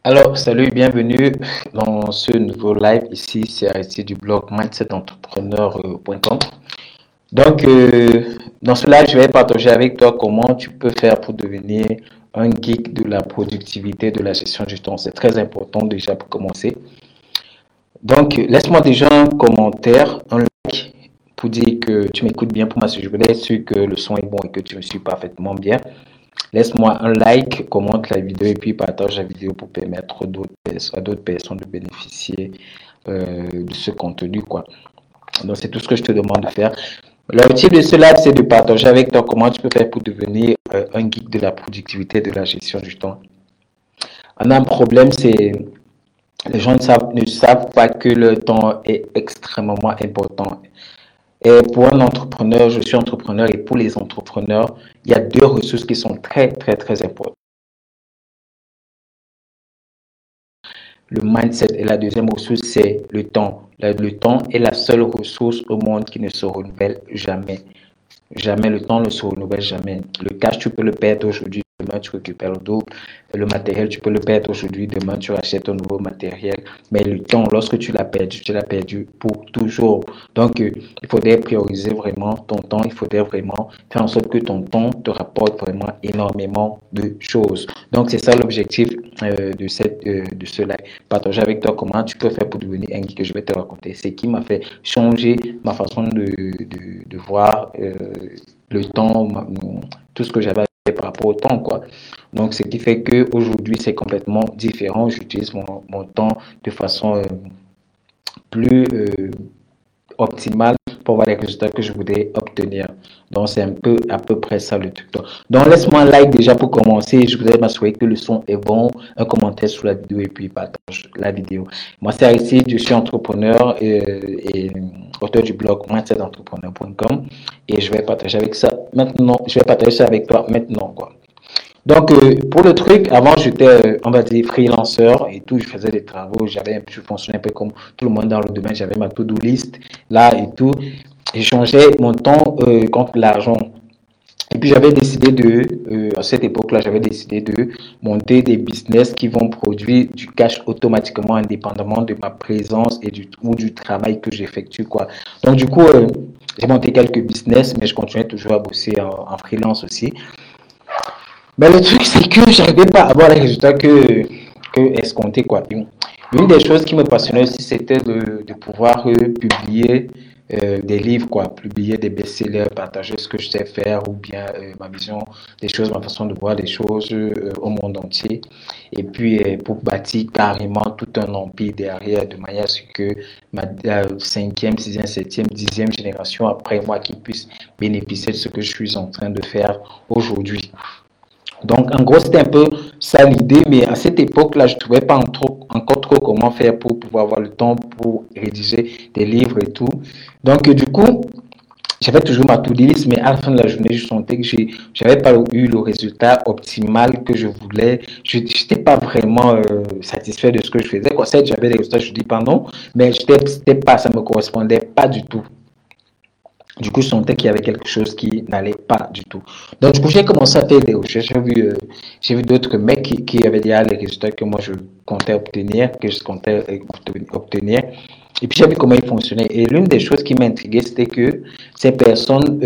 Alors, salut, bienvenue dans ce nouveau live. Ici, c'est Aristide du blog mindsetentrepreneur.com. Donc, dans ce live, je vais partager avec toi comment tu peux faire pour devenir un geek de la productivité, de la gestion du temps. C'est très important déjà pour commencer. Donc, laisse-moi déjà un commentaire, un like pour dire que tu m'écoutes bien pour m'assurer que le son est bon et que tu me suis parfaitement bien. Laisse-moi un like, commente la vidéo et puis partage la vidéo pour permettre à d'autres personnes de bénéficier de ce contenu, quoi. Donc, c'est tout ce que je te demande de faire. L'objectif de ce live, c'est de partager avec toi comment tu peux faire pour devenir un geek de la productivité, de la gestion du temps. On a un problème, c'est les gens ne savent pas que le temps est extrêmement important. Et pour un entrepreneur, je suis entrepreneur et pour les entrepreneurs, il y a deux ressources qui sont très, très, très importantes. Le mindset et la deuxième ressource, c'est le temps. Le temps est la seule ressource au monde qui ne se renouvelle jamais. Jamais, le temps ne se renouvelle jamais. Le cash, tu peux le perdre aujourd'hui, demain tu récupères le double. Le matériel, tu peux le perdre aujourd'hui, demain tu achètes un nouveau matériel. Mais le temps, lorsque tu l'as perdu pour toujours. Donc, il faudrait prioriser vraiment ton temps. Il faudrait vraiment faire en sorte que ton temps te rapporte vraiment énormément de choses. Donc, c'est ça l'objectif de ce live. Partager avec toi comment tu peux faire pour devenir un geek que je vais te raconter. C'est qui m'a fait changer ma façon de voir le temps, tout ce que j'avais par rapport au temps, quoi. Donc, ce qui fait qu'aujourd'hui, c'est complètement différent. J'utilise mon temps de façon plus optimale pour avoir les résultats que je voudrais obtenir. Donc, c'est à peu près ça le truc. Donc, laisse-moi un like déjà pour commencer. Je voudrais m'assurer que le son est bon, un commentaire sous la vidéo et puis partage la vidéo. Moi, c'est Aristide, je suis entrepreneur et auteur du blog mindsetentrepreneur.com et je vais partager ça avec toi maintenant, quoi. Donc, pour le truc, avant, j'étais, on va dire, freelanceur et tout. Je faisais des travaux. Je fonctionnais un peu comme tout le monde dans le domaine. J'avais ma to-do list là et tout. J'échangeais mon temps contre l'argent. Et puis, à cette époque-là, j'avais décidé de monter des business qui vont produire du cash automatiquement, indépendamment de ma présence ou du travail que j'effectue, quoi. Donc, du coup, j'ai monté quelques business, mais je continuais toujours à bosser en freelance aussi. Mais le truc, c'est que j'arrivais pas à avoir les résultats que escompté, quoi. Une des choses qui me passionnait aussi, c'était de pouvoir publier des livres, quoi, publier des best-sellers, partager ce que je sais faire ou bien ma vision des choses, ma façon de voir les choses au monde entier. Et puis, pour bâtir carrément tout un empire derrière, de manière à ce que la cinquième, sixième, septième, dixième génération après moi qui puisse bénéficier de ce que je suis en train de faire aujourd'hui. Donc, en gros, c'était un peu ça l'idée, mais à cette époque-là, je ne trouvais pas encore trop comment faire pour pouvoir avoir le temps pour rédiger des livres et tout. Donc, du coup, j'avais toujours ma to-do list, mais à la fin de la journée, je sentais que j'avais pas eu le résultat optimal que je voulais. Je n'étais pas vraiment satisfait de ce que je faisais. Quoi, certes, j'avais des résultats, je dis pas non, mais ça me correspondait pas du tout. Du coup, je sentais qu'il y avait quelque chose qui n'allait pas du tout. Donc, du coup, j'ai commencé à faire des recherches. J'ai vu d'autres mecs qui avaient déjà les résultats que moi je comptais obtenir, que je comptais obtenir. Et puis, j'ai vu comment ils fonctionnaient. Et l'une des choses qui m'intriguait, c'était que ces personnes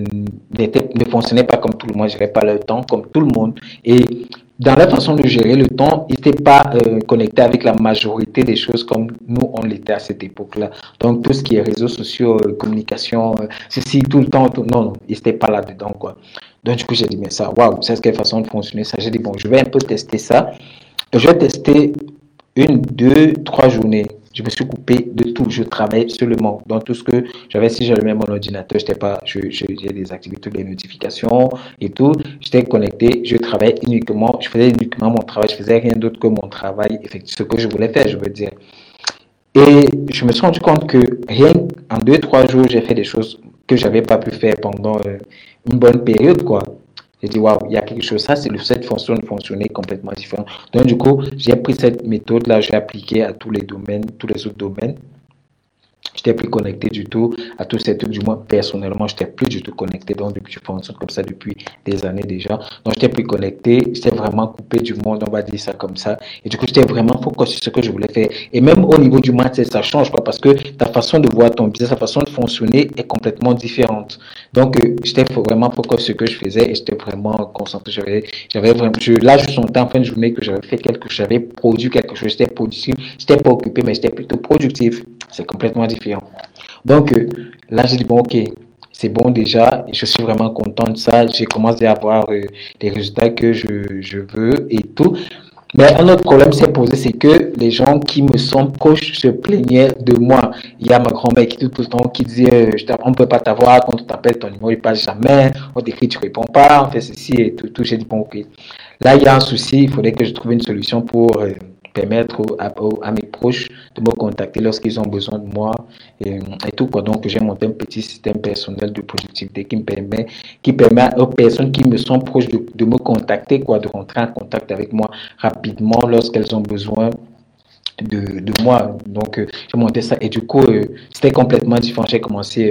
ne fonctionnaient pas comme tout le monde, ne géraient pas leur temps comme tout le monde. Et dans leur façon de gérer le temps, ils n'étaient pas connectés avec la majorité des choses comme nous, on l'était à cette époque-là. Donc, tout ce qui est réseaux sociaux, communication, ceci, tout le temps, non, ils n'étaient pas là-dedans, quoi. Donc, du coup, j'ai dit, mais ça, waouh, c'est quelle façon de fonctionner ça. J'ai dit, bon, je vais un peu tester ça. Je vais tester 1, 2, 3 journées. Je me suis coupé de tout. Je travaillais seulement dans tout ce que j'avais. Si j'allumais mon ordinateur, j'ai désactivé toutes les notifications et tout. J'étais connecté. Je travaillais uniquement. Je faisais uniquement mon travail. Je faisais rien d'autre que mon travail, ce que je voulais faire, je veux dire. Et je me suis rendu compte que rien en 2, 3 jours, j'ai fait des choses que j'avais pas pu faire pendant une bonne période, quoi. J'ai dit, waouh, il y a quelque chose. Ça, c'est cette fonction de fonctionner complètement différent. Donc, du coup, j'ai pris cette méthode-là, j'ai appliqué à tous les domaines, tous les autres domaines. J'étais plus connecté du tout à tous ces trucs, du moins personnellement, j'étais plus du tout connecté. Donc, depuis, je fonctionne comme ça depuis des années déjà. Donc, j'étais plus connecté, j'étais vraiment coupé du monde, on va dire ça comme ça. Et du coup, j'étais vraiment focus sur ce que je voulais faire. Et même au niveau du mindset, ça change, quoi, parce que ta façon de voir ton business, ta façon de fonctionner est complètement différente. Donc, j'étais vraiment focus sur ce que je faisais et j'étais vraiment concentré. J'avais vraiment, là, je sentais en fin de journée que j'avais fait quelque chose, j'avais produit quelque chose, j'étais productif, j'étais pas occupé, mais j'étais plutôt productif. C'est complètement différent. Donc, là, j'ai dit, bon, ok, c'est bon déjà, je suis vraiment content de ça, j'ai commencé à avoir les résultats que je veux et tout. Mais un autre problème s'est posé, c'est que les gens qui me sont proches se plaignaient de moi. Il y a ma grand-mère qui tout le temps qui dit on ne peut pas t'avoir, quand on t'appelle ton numéro il passe jamais, on t'écrit tu réponds pas, on fait ceci et tout. J'ai dit bon ok. Là il y a un souci, il faudrait que je trouve une solution pour permettre à mes proches de me contacter lorsqu'ils ont besoin de moi et tout quoi. Donc j'ai monté un petit système personnel de productivité qui permet aux personnes qui me sont proches de me contacter quoi, de rentrer en contact avec moi rapidement lorsqu'elles ont besoin de moi. Donc j'ai monté ça et du coup c'était complètement différent. J'ai commencé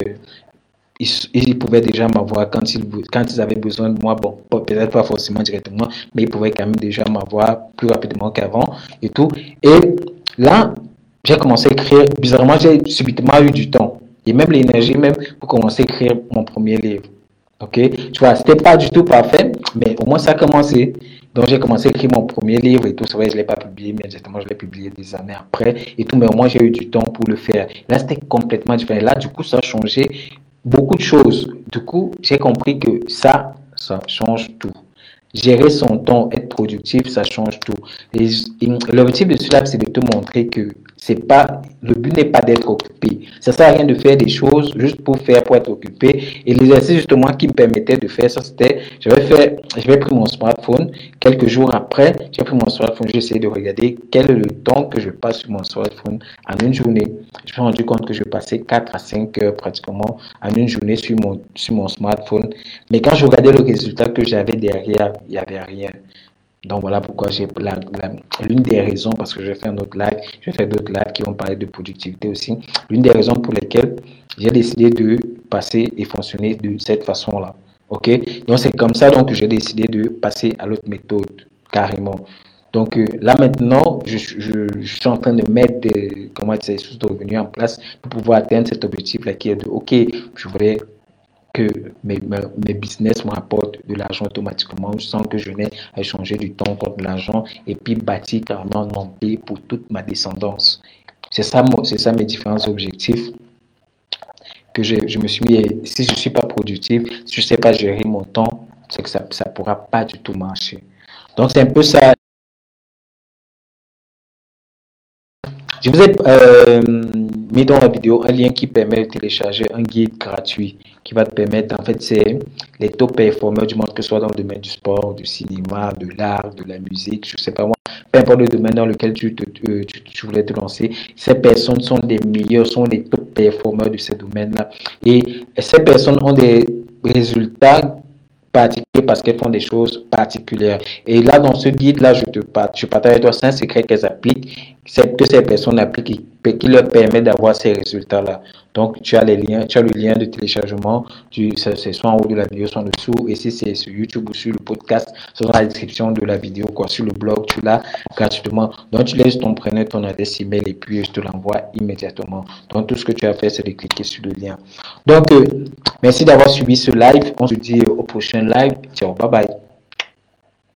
ils pouvaient déjà m'avoir quand ils avaient besoin de moi, bon, peut-être pas forcément directement, mais ils pouvaient quand même déjà m'avoir plus rapidement qu'avant et tout. Et là, j'ai commencé à écrire, bizarrement, j'ai subitement eu du temps et même l'énergie même pour commencer à écrire mon premier livre. Ok, tu vois, c'était pas du tout parfait, mais au moins ça a commencé. Donc j'ai commencé à écrire mon premier livre et tout. C'est vrai, je l'ai pas publié immédiatement, je l'ai publié des années après et tout, mais au moins j'ai eu du temps pour le faire. Là, c'était complètement différent. Là, du coup, ça a changé beaucoup de choses. Du coup, j'ai compris que ça change tout. Gérer son temps, être productif, ça change tout. Et l'objectif de cela, c'est de te montrer que c'est pas, le but n'est pas d'être occupé. Ça sert à rien de faire des choses juste pour être occupé. Et l'exercice justement qui me permettait de faire ça, c'était, j'avais pris mon smartphone. Quelques jours après, j'ai pris mon smartphone, j'ai essayé de regarder quel est le temps que je passe sur mon smartphone en une journée. Je me suis rendu compte que je passais 4 à 5 heures pratiquement en une journée sur mon smartphone. Mais quand je regardais le résultat que j'avais derrière, il n'y avait rien. Donc voilà pourquoi j'ai l'une des raisons, parce que je vais faire un autre live, je vais faire d'autres lives qui vont parler de productivité aussi. L'une des raisons pour lesquelles j'ai décidé de passer et fonctionner de cette façon-là. Ok? Donc c'est comme ça donc que j'ai décidé de passer à l'autre méthode, carrément. Donc là maintenant, je suis en train de mettre des sources de revenus en place pour pouvoir atteindre cet objectif-là qui est de, ok, je voudrais que mes business me rapportent de l'argent automatiquement sans que je n'ai à échanger du temps contre l'argent et puis bâtir carrément un empire pour toute ma descendance. C'est ça mes différents objectifs que je me suis mis. Si je ne suis pas productif, si je ne sais pas gérer mon temps, c'est que ça ne pourra pas du tout marcher. Donc c'est un peu ça. Je vous ai mis dans la vidéo un lien qui permet de télécharger un guide gratuit qui va te permettre, en fait, c'est les top performeurs du monde, que ce soit dans le domaine du sport, du cinéma, de l'art, de la musique, je sais pas moi, peu importe le domaine dans lequel tu voulais te lancer. Ces personnes sont des meilleurs, sont les top performeurs de ces domaines-là. Et ces personnes ont des résultats particuliers parce qu'elles font des choses particulières. Et là, dans ce guide-là, je partage avec toi 5 secrets qu'elles appliquent, que ces personnes appliquent qui leur permet d'avoir ces résultats-là. Donc, tu as les liens, tu as le lien de téléchargement, c'est soit en haut de la vidéo, soit en dessous, et si c'est sur YouTube ou sur le podcast, c'est dans la description de la vidéo, quoi, sur le blog, tu l'as gratuitement. Donc, tu laisses ton prénom, ton adresse email, et puis je te l'envoie immédiatement. Donc, tout ce que tu as fait, c'est de cliquer sur le lien. Donc, merci d'avoir suivi ce live. On se dit au prochain live. Ciao, bye bye.